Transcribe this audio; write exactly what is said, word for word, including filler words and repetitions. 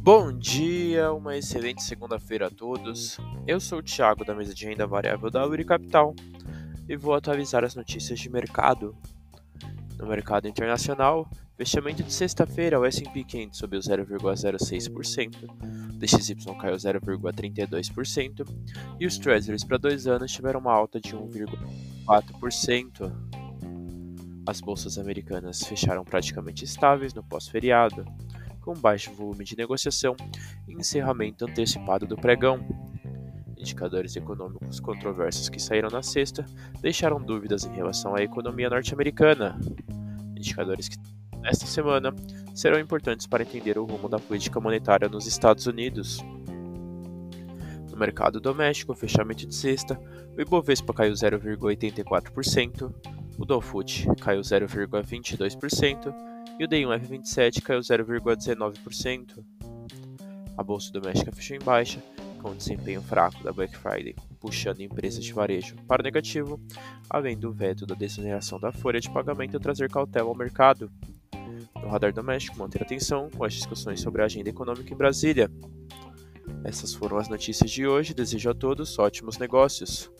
Bom dia, uma excelente segunda-feira a todos. Eu sou o Thiago da mesa de renda variável da Uri Capital e vou atualizar as notícias de mercado. No mercado internacional, fechamento de sexta-feira, o S e P quinhentos subiu zero vírgula zero seis por cento, o D X Y caiu zero vírgula trinta e dois por cento e os Treasuries para dois anos tiveram uma alta de um vírgula quatro por cento. As bolsas americanas fecharam praticamente estáveis no pós-feriado, com baixo volume de negociação e encerramento antecipado do pregão. Indicadores econômicos controversos que saíram na sexta deixaram dúvidas em relação à economia norte-americana. Indicadores que, nesta semana, serão importantes para entender o rumo da política monetária nos Estados Unidos. No mercado doméstico, fechamento de sexta, o Ibovespa caiu zero vírgula oitenta e quatro por cento, o Dow Foot caiu zero vírgula vinte e dois por cento e o D um F vinte e sete caiu zero vírgula dezenove por cento. A bolsa doméstica fechou em baixa, com o desempenho fraco da Black Friday, puxando empresas de varejo para o negativo, além do veto da desoneração da folha de pagamento trazer cautela ao mercado. No radar doméstico, manter atenção com as discussões sobre a agenda econômica em Brasília. Essas foram as notícias de hoje. Desejo a todos ótimos negócios.